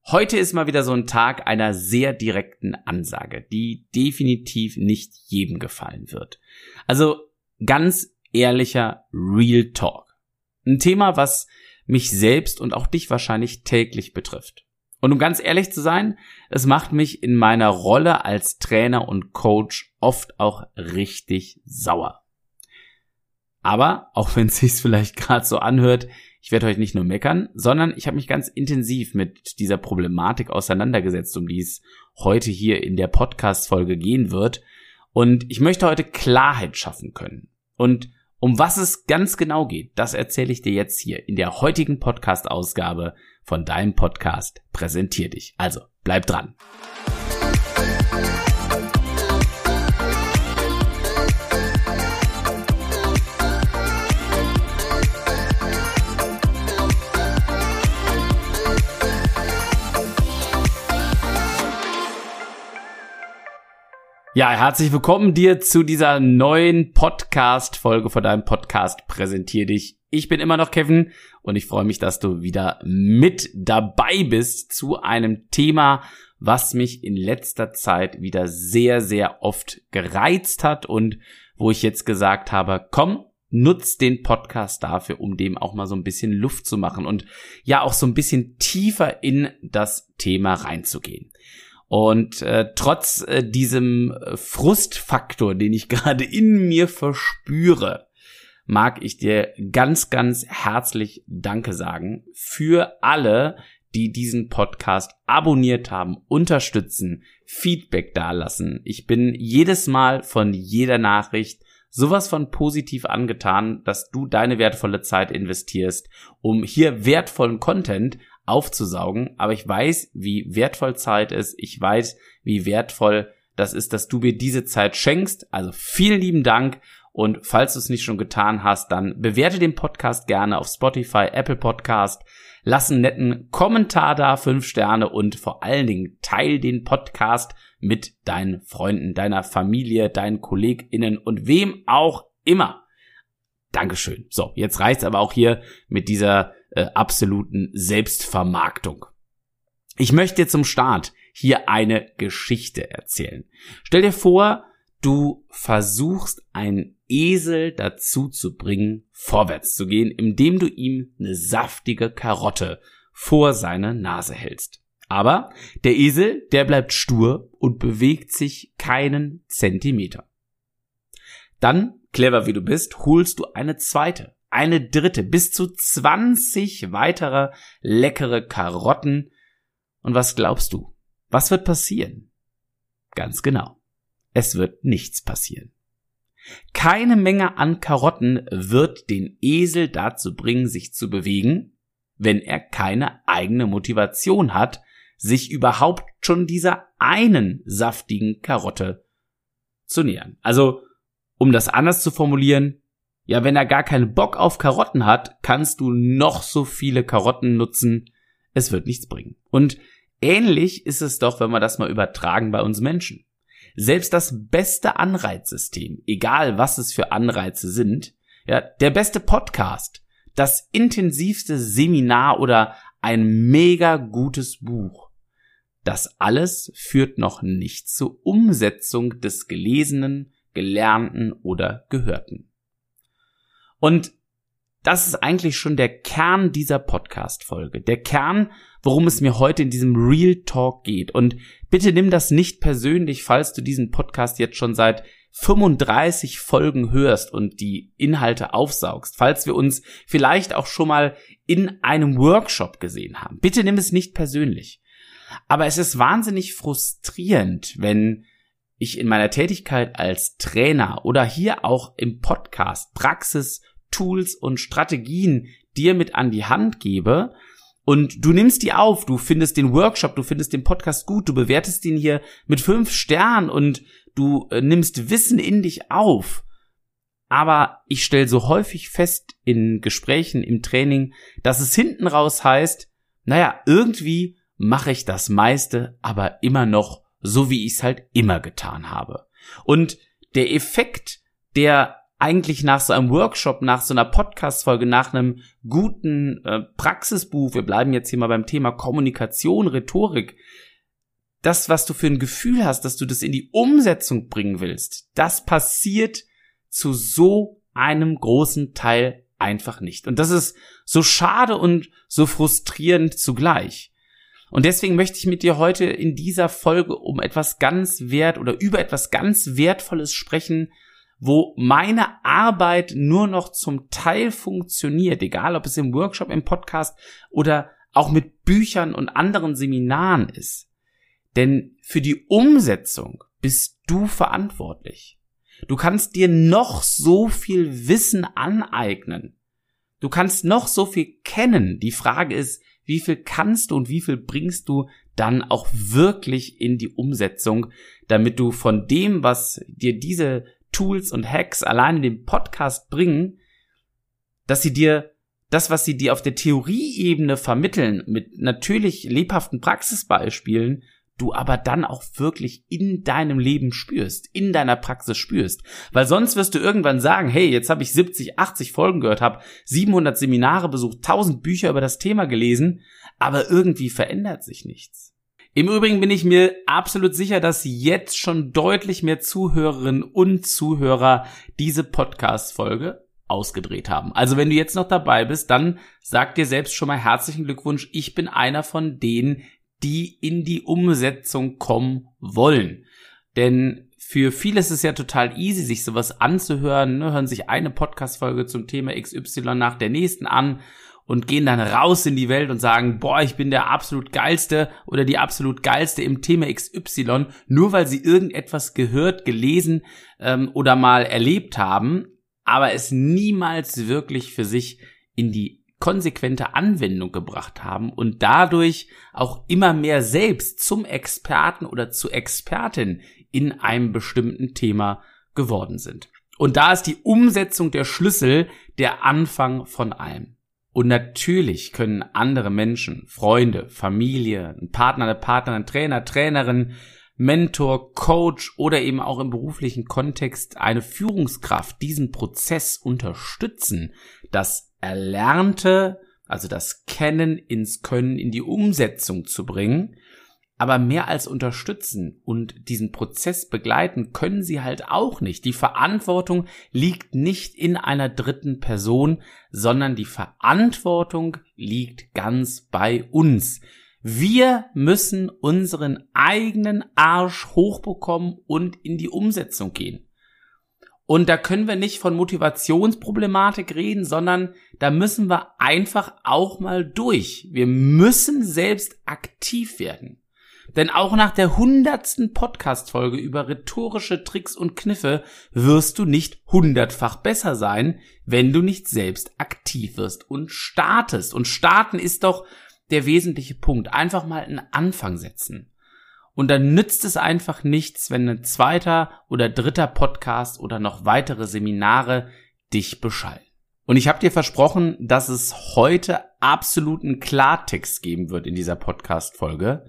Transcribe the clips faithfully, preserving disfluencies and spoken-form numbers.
Heute ist mal wieder so ein Tag einer sehr direkten Ansage, die definitiv nicht jedem gefallen wird. Also ganz ehrlicher Real Talk. Ein Thema, was mich selbst und auch dich wahrscheinlich täglich betrifft. Und um ganz ehrlich zu sein, es macht mich in meiner Rolle als Trainer und Coach oft auch richtig sauer. Aber, auch wenn es sich vielleicht gerade so anhört, ich werde heute nicht nur meckern, sondern ich habe mich ganz intensiv mit dieser Problematik auseinandergesetzt, um die es heute hier in der Podcast-Folge gehen wird. Und ich möchte heute Klarheit schaffen können. Und um was es ganz genau geht, das erzähle ich dir jetzt hier in der heutigen Podcast-Ausgabe von deinem Podcast Präsentier dich. Also, bleib dran. Ja, herzlich willkommen dir zu dieser neuen Podcast-Folge von deinem Podcast Präsentier dich. Ich bin immer noch Kevin und ich freue mich, dass du wieder mit dabei bist zu einem Thema, was mich in letzter Zeit wieder sehr, sehr oft gereizt hat und wo ich jetzt gesagt habe, komm, nutz den Podcast dafür, um dem auch mal so ein bisschen Luft zu machen und ja auch so ein bisschen tiefer in das Thema reinzugehen. Und äh, trotz äh, diesem Frustfaktor, den ich gerade in mir verspüre, mag ich dir ganz, ganz herzlich Danke sagen für alle, die diesen Podcast abonniert haben, unterstützen, Feedback dalassen. Ich bin jedes Mal von jeder Nachricht sowas von positiv angetan, dass du deine wertvolle Zeit investierst, um hier wertvollen Content aufzusaugen, aber ich weiß, wie wertvoll Zeit ist, ich weiß, wie wertvoll das ist, dass du mir diese Zeit schenkst, also vielen lieben Dank und falls du es nicht schon getan hast, dann bewerte den Podcast gerne auf Spotify, Apple Podcast, lass einen netten Kommentar da, fünf Sterne und vor allen Dingen teil den Podcast mit deinen Freunden, deiner Familie, deinen KollegInnen und wem auch immer. Dankeschön. So, jetzt reicht's aber auch hier mit dieser äh, absoluten Selbstvermarktung. Ich möchte dir zum Start hier eine Geschichte erzählen. Stell dir vor, du versuchst einen Esel dazu zu bringen, vorwärts zu gehen, indem du ihm eine saftige Karotte vor seine Nase hältst. Aber der Esel, der bleibt stur und bewegt sich keinen Zentimeter. Dann, clever wie du bist, holst du eine zweite, eine dritte, bis zu zwanzig weitere leckere Karotten. Und was glaubst du? Was wird passieren? Ganz genau. Es wird nichts passieren. Keine Menge an Karotten wird den Esel dazu bringen, sich zu bewegen, wenn er keine eigene Motivation hat, sich überhaupt schon dieser einen saftigen Karotte zu nähern. Also, um das anders zu formulieren, ja, wenn er gar keinen Bock auf Karotten hat, kannst du noch so viele Karotten nutzen, es wird nichts bringen. Und ähnlich ist es doch, wenn wir das mal übertragen bei uns Menschen. Selbst das beste Anreizsystem, egal was es für Anreize sind, ja, der beste Podcast, das intensivste Seminar oder ein mega gutes Buch, das alles führt noch nicht zur Umsetzung des Gelesenen, Gelernten oder Gehörten. Und das ist eigentlich schon der Kern dieser Podcast-Folge. Der Kern, worum es mir heute in diesem Real Talk geht. Und bitte nimm das nicht persönlich, falls du diesen Podcast jetzt schon seit fünfunddreißig Folgen hörst und die Inhalte aufsaugst. Falls wir uns vielleicht auch schon mal in einem Workshop gesehen haben. Bitte nimm es nicht persönlich. Aber es ist wahnsinnig frustrierend, wenn ich in meiner Tätigkeit als Trainer oder hier auch im Podcast Praxis, Tools und Strategien dir mit an die Hand gebe und du nimmst die auf, du findest den Workshop, du findest den Podcast gut, du bewertest ihn hier mit fünf Sternen und du äh, nimmst Wissen in dich auf. Aber ich stelle so häufig fest in Gesprächen, im Training, dass es hinten raus heißt, naja, irgendwie mache ich das meiste, aber immer noch so, wie ich es halt immer getan habe. Und der Effekt, der eigentlich nach so einem Workshop, nach so einer Podcast-Folge, nach einem guten äh, Praxisbuch, wir bleiben jetzt hier mal beim Thema Kommunikation, Rhetorik, das, was du für ein Gefühl hast, dass du das in die Umsetzung bringen willst, das passiert zu so einem großen Teil einfach nicht. Und das ist so schade und so frustrierend zugleich. Und deswegen möchte ich mit dir heute in dieser Folge um etwas ganz wert oder über etwas ganz Wertvolles sprechen, wo meine Arbeit nur noch zum Teil funktioniert, egal ob es im Workshop, im Podcast oder auch mit Büchern und anderen Seminaren ist. Denn für die Umsetzung bist du verantwortlich. Du kannst dir noch so viel Wissen aneignen. Du kannst noch so viel kennen. Die Frage ist, wie viel kannst du und wie viel bringst du dann auch wirklich in die Umsetzung, damit du von dem, was dir diese Tools und Hacks allein in dem Podcast bringen, dass sie dir das, was sie dir auf der Theorieebene vermitteln, mit natürlich lebhaften Praxisbeispielen, du aber dann auch wirklich in deinem Leben spürst, in deiner Praxis spürst. Weil sonst wirst du irgendwann sagen, hey, jetzt habe ich siebzig, achtzig Folgen gehört, habe siebenhundert Seminare besucht, tausend Bücher über das Thema gelesen, aber irgendwie verändert sich nichts. Im Übrigen bin ich mir absolut sicher, dass jetzt schon deutlich mehr Zuhörerinnen und Zuhörer diese Podcast-Folge ausgedreht haben. Also wenn du jetzt noch dabei bist, dann sag dir selbst schon mal herzlichen Glückwunsch. Ich bin einer von denen, die in die Umsetzung kommen wollen. Denn für viele ist es ja total easy, sich sowas anzuhören, ne? Hören sich eine Podcast-Folge zum Thema X Y nach der nächsten an und gehen dann raus in die Welt und sagen, boah, ich bin der absolut Geilste oder die absolut Geilste im Thema X Y, nur weil sie irgendetwas gehört, gelesen ähm, oder mal erlebt haben, aber es niemals wirklich für sich in die konsequente Anwendung gebracht haben und dadurch auch immer mehr selbst zum Experten oder zur Expertin in einem bestimmten Thema geworden sind. Und da ist die Umsetzung der Schlüssel, der Anfang von allem. Und natürlich können andere Menschen, Freunde, Familie, ein Partner, eine Partnerin, Trainer, Trainerin, Mentor, Coach oder eben auch im beruflichen Kontext eine Führungskraft diesen Prozess unterstützen, das Erlernte, also das Kennen ins Können, in die Umsetzung zu bringen. Aber mehr als unterstützen und diesen Prozess begleiten können sie halt auch nicht. Die Verantwortung liegt nicht in einer dritten Person, sondern die Verantwortung liegt ganz bei uns. Wir müssen unseren eigenen Arsch hochbekommen und in die Umsetzung gehen. Und da können wir nicht von Motivationsproblematik reden, sondern da müssen wir einfach auch mal durch. Wir müssen selbst aktiv werden. Denn auch nach der hundertsten Podcast-Folge über rhetorische Tricks und Kniffe wirst du nicht hundertfach besser sein, wenn du nicht selbst aktiv wirst und startest. Und starten ist doch der wesentliche Punkt. Einfach mal einen Anfang setzen. Und dann nützt es einfach nichts, wenn ein zweiter oder dritter Podcast oder noch weitere Seminare dich beschallen. Und ich habe dir versprochen, dass es heute absoluten Klartext geben wird in dieser Podcast-Folge.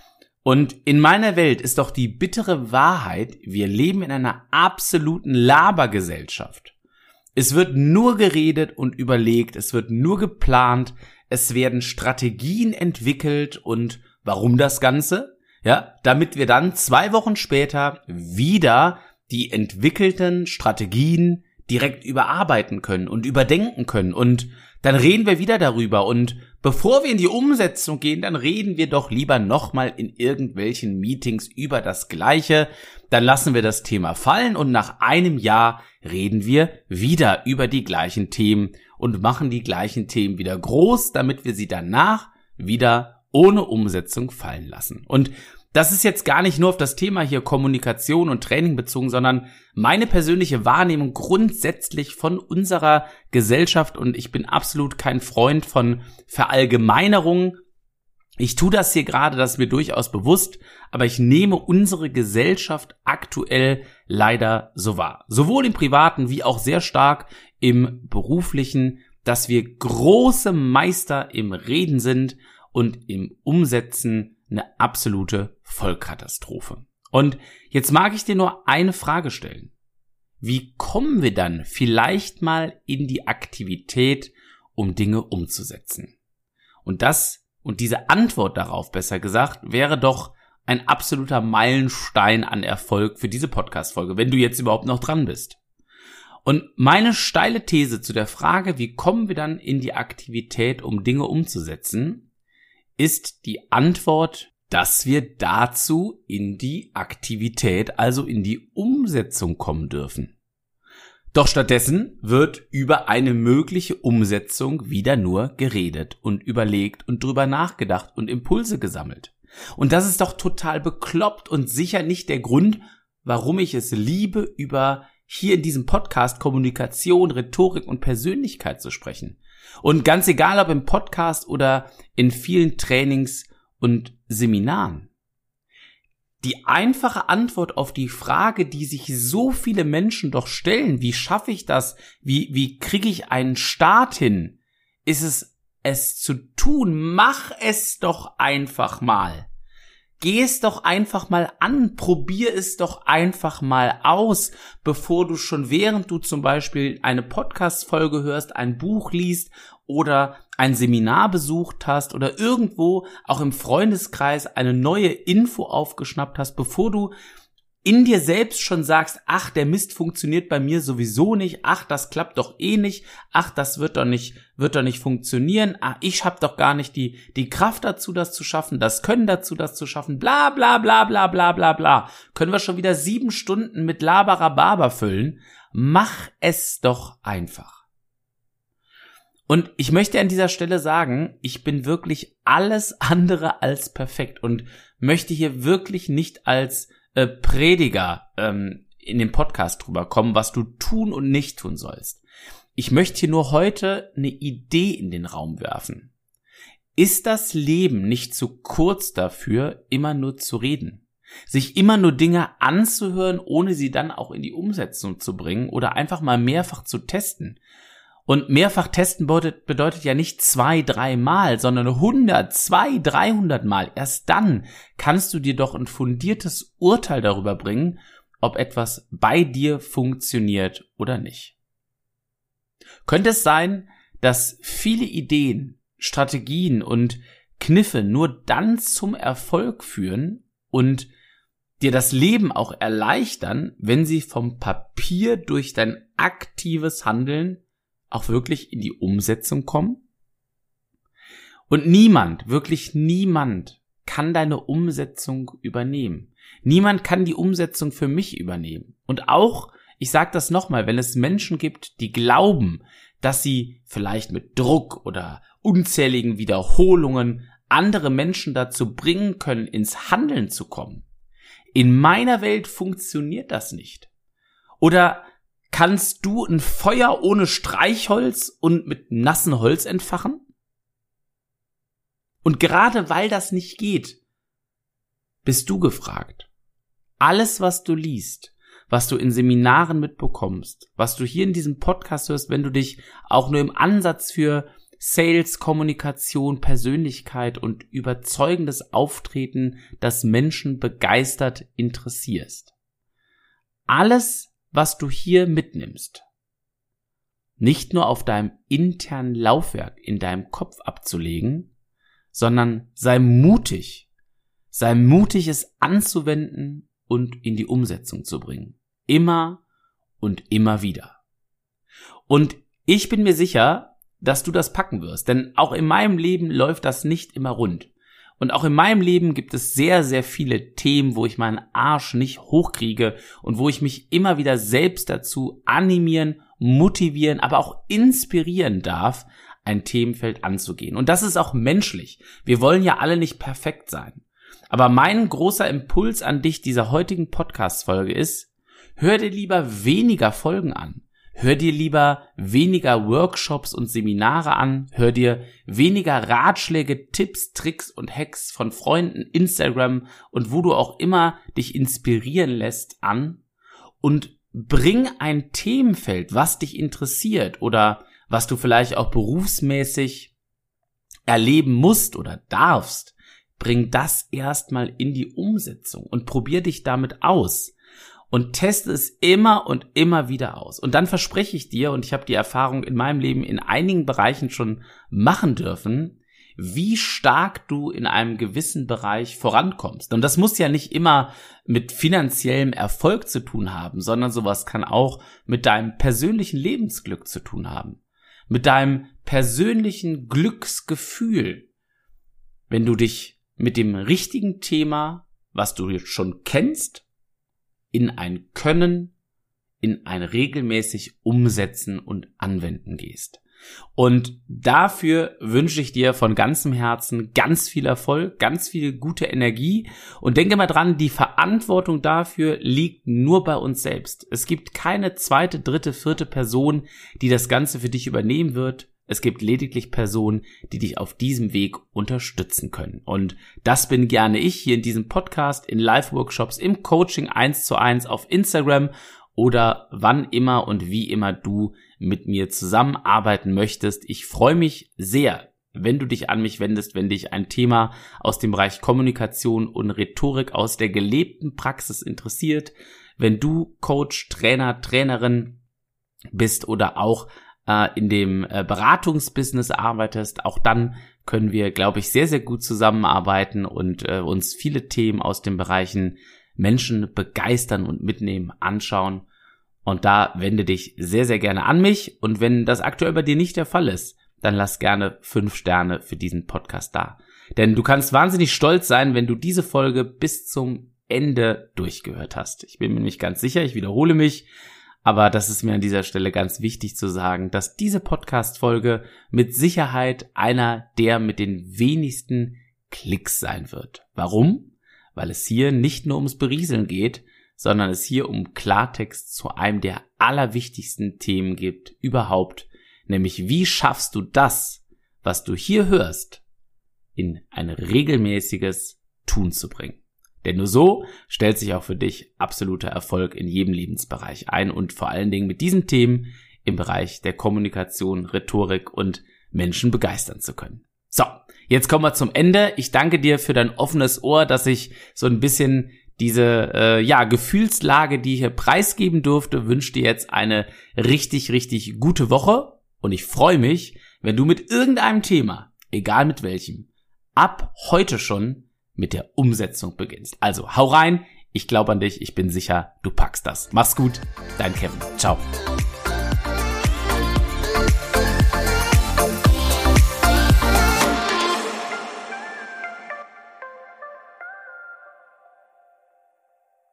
Und in meiner Welt ist doch die bittere Wahrheit, wir leben in einer absoluten Labergesellschaft. Es wird nur geredet und überlegt, es wird nur geplant, es werden Strategien entwickelt und warum das Ganze? Ja, damit wir dann zwei Wochen später wieder die entwickelten Strategien direkt überarbeiten können und überdenken können und dann reden wir wieder darüber und bevor wir in die Umsetzung gehen, dann reden wir doch lieber nochmal in irgendwelchen Meetings über das Gleiche, dann lassen wir das Thema fallen und nach einem Jahr reden wir wieder über die gleichen Themen und machen die gleichen Themen wieder groß, damit wir sie danach wieder ohne Umsetzung fallen lassen. Und das ist jetzt gar nicht nur auf das Thema hier Kommunikation und Training bezogen, sondern meine persönliche Wahrnehmung grundsätzlich von unserer Gesellschaft und ich bin absolut kein Freund von Verallgemeinerungen. Ich tue das hier gerade, das ist mir durchaus bewusst, aber ich nehme unsere Gesellschaft aktuell leider so wahr. Sowohl im Privaten wie auch sehr stark im Beruflichen, dass wir große Meister im Reden sind und im Umsetzen eine absolute Vollkatastrophe. Und jetzt mag ich dir nur eine Frage stellen. wie kommen wir dann vielleicht mal in die Aktivität, um Dinge umzusetzen? Und das, und diese Antwort darauf, besser gesagt, wäre doch ein absoluter Meilenstein an Erfolg für diese Podcast-Folge, wenn du jetzt überhaupt noch dran bist. Und meine steile These zu der Frage, wie kommen wir dann in die Aktivität, um Dinge umzusetzen, ist die Antwort, dass wir dazu in die Aktivität, also in die Umsetzung kommen dürfen. Doch stattdessen wird über eine mögliche Umsetzung wieder nur geredet und überlegt und drüber nachgedacht und Impulse gesammelt. Und das ist doch total bekloppt und sicher nicht der Grund, warum ich es liebe, über hier in diesem Podcast Kommunikation, Rhetorik und Persönlichkeit zu sprechen. Und ganz egal, ob im Podcast oder in vielen Trainings und Seminaren. Die einfache Antwort auf die Frage, die sich so viele Menschen doch stellen, wie schaffe ich das, wie, wie kriege ich einen Start hin, ist es, es zu tun. Mach es doch einfach mal. Geh es doch einfach mal an, probier es doch einfach mal aus, bevor du schon während du zum Beispiel eine Podcast-Folge hörst, ein Buch liest oder ein Seminar besucht hast oder irgendwo auch im Freundeskreis eine neue Info aufgeschnappt hast, bevor du in dir selbst schon sagst, ach, der Mist funktioniert bei mir sowieso nicht, ach, das klappt doch eh nicht, ach, das wird doch nicht, wird doch nicht funktionieren, ach, ich habe doch gar nicht die, die Kraft dazu, das zu schaffen, das Können dazu, das zu schaffen, bla, bla, bla, bla, bla, bla, bla. Können wir schon wieder sieben Stunden mit Laberababa füllen? Mach es doch einfach. Und ich möchte an dieser Stelle sagen, ich bin wirklich alles andere als perfekt und möchte hier wirklich nicht als Äh, Prediger ähm, in dem Podcast drüber kommen, was du tun und nicht tun sollst. Ich möchte hier nur heute eine Idee in den Raum werfen. Ist das Leben nicht zu kurz dafür, immer nur zu reden? Sich immer nur Dinge anzuhören, ohne sie dann auch in die Umsetzung zu bringen oder einfach mal mehrfach zu testen? Und mehrfach testen bedeutet, bedeutet ja nicht zwei, drei Mal, sondern hundert, zweihundert, dreihundert Mal. Erst dann kannst du dir doch ein fundiertes Urteil darüber bringen, ob etwas bei dir funktioniert oder nicht. Könnte es sein, dass viele Ideen, Strategien und Kniffe nur dann zum Erfolg führen und dir das Leben auch erleichtern, wenn sie vom Papier durch dein aktives Handeln auch wirklich in die Umsetzung kommen? Und niemand, wirklich niemand kann deine Umsetzung übernehmen. Niemand kann die Umsetzung für mich übernehmen. Und auch, ich sage das nochmal, wenn es Menschen gibt, die glauben, dass sie vielleicht mit Druck oder unzähligen Wiederholungen andere Menschen dazu bringen können, ins Handeln zu kommen. In meiner Welt funktioniert das nicht. Oder kannst du ein Feuer ohne Streichholz und mit nassem Holz entfachen? Und gerade weil das nicht geht, bist du gefragt. Alles, was du liest, was du in Seminaren mitbekommst, was du hier in diesem Podcast hörst, wenn du dich auch nur im Ansatz für Sales, Kommunikation, Persönlichkeit und überzeugendes Auftreten, das Menschen begeistert interessierst. Alles, was du hier mitnimmst, nicht nur auf deinem internen Laufwerk in deinem Kopf abzulegen, sondern sei mutig, sei mutig, es anzuwenden und in die Umsetzung zu bringen. Immer und immer wieder. Und ich bin mir sicher, dass du das packen wirst, denn auch in meinem Leben läuft das nicht immer rund. Und auch in meinem Leben gibt es sehr, sehr viele Themen, wo ich meinen Arsch nicht hochkriege und wo ich mich immer wieder selbst dazu animieren, motivieren, aber auch inspirieren darf, ein Themenfeld anzugehen. Und das ist auch menschlich. Wir wollen ja alle nicht perfekt sein. Aber mein großer Impuls an dich dieser heutigen Podcast-Folge ist, hör dir lieber weniger Folgen an. Hör dir lieber weniger Workshops und Seminare an, hör dir weniger Ratschläge, Tipps, Tricks und Hacks von Freunden, Instagram und wo du auch immer dich inspirieren lässt an und bring ein Themenfeld, was dich interessiert oder was du vielleicht auch berufsmäßig erleben musst oder darfst, bring das erstmal in die Umsetzung und probier dich damit aus. und teste es immer und immer wieder aus. Und dann verspreche ich dir, und ich habe die Erfahrung in meinem Leben in einigen Bereichen schon machen dürfen, wie stark du in einem gewissen Bereich vorankommst. Und das muss ja nicht immer mit finanziellem Erfolg zu tun haben, sondern sowas kann auch mit deinem persönlichen Lebensglück zu tun haben. Mit deinem persönlichen Glücksgefühl. Wenn du dich mit dem richtigen Thema, was du jetzt schon kennst, in ein Können, in ein regelmäßig Umsetzen und Anwenden gehst. Und dafür wünsche ich dir von ganzem Herzen ganz viel Erfolg, ganz viel gute Energie und denke mal dran, die Verantwortung dafür liegt nur bei uns selbst. Es gibt keine zweite, dritte, vierte Person, die das Ganze für dich übernehmen wird. Es gibt lediglich Personen, die dich auf diesem Weg unterstützen können. Und das bin gerne ich hier in diesem Podcast, in Live-Workshops, im Coaching eins zu eins auf Instagram oder wann immer und wie immer du mit mir zusammenarbeiten möchtest. Ich freue mich sehr, wenn du dich an mich wendest, wenn dich ein Thema aus dem Bereich Kommunikation und Rhetorik aus der gelebten Praxis interessiert, wenn du Coach, Trainer, Trainerin bist oder auch äh, in dem äh, Beratungsbusiness arbeitest. Auch dann können wir, glaube ich, sehr, sehr gut zusammenarbeiten und äh, uns viele Themen aus den Bereichen Menschen begeistern und mitnehmen, anschauen. Und da wende dich sehr, sehr gerne an mich. Und wenn das aktuell bei dir nicht der Fall ist, dann lass gerne fünf Sterne für diesen Podcast da. Denn du kannst wahnsinnig stolz sein, wenn du diese Folge bis zum Ende durchgehört hast. Ich bin mir nicht ganz sicher, ich wiederhole mich, aber das ist mir an dieser Stelle ganz wichtig zu sagen, dass diese Podcast-Folge mit Sicherheit einer der mit den wenigsten Klicks sein wird. Warum? Weil es hier nicht nur ums Berieseln geht, sondern es hier um Klartext zu einem der allerwichtigsten Themen geht überhaupt, nämlich wie schaffst du das, was du hier hörst, in ein regelmäßiges Tun zu bringen. Denn nur so stellt sich auch für dich absoluter Erfolg in jedem Lebensbereich ein und vor allen Dingen mit diesen Themen im Bereich der Kommunikation, Rhetorik und Menschen begeistern zu können. So, jetzt kommen wir zum Ende. Ich danke dir für dein offenes Ohr, dass ich so ein bisschen diese äh, ja Gefühlslage, die ich hier preisgeben durfte, wünsche dir jetzt eine richtig, richtig gute Woche. Und ich freue mich, wenn du mit irgendeinem Thema, egal mit welchem, ab heute schon mit der Umsetzung beginnst. Also hau rein, ich glaube an dich, ich bin sicher, du packst das. Mach's gut, dein Kevin. Ciao.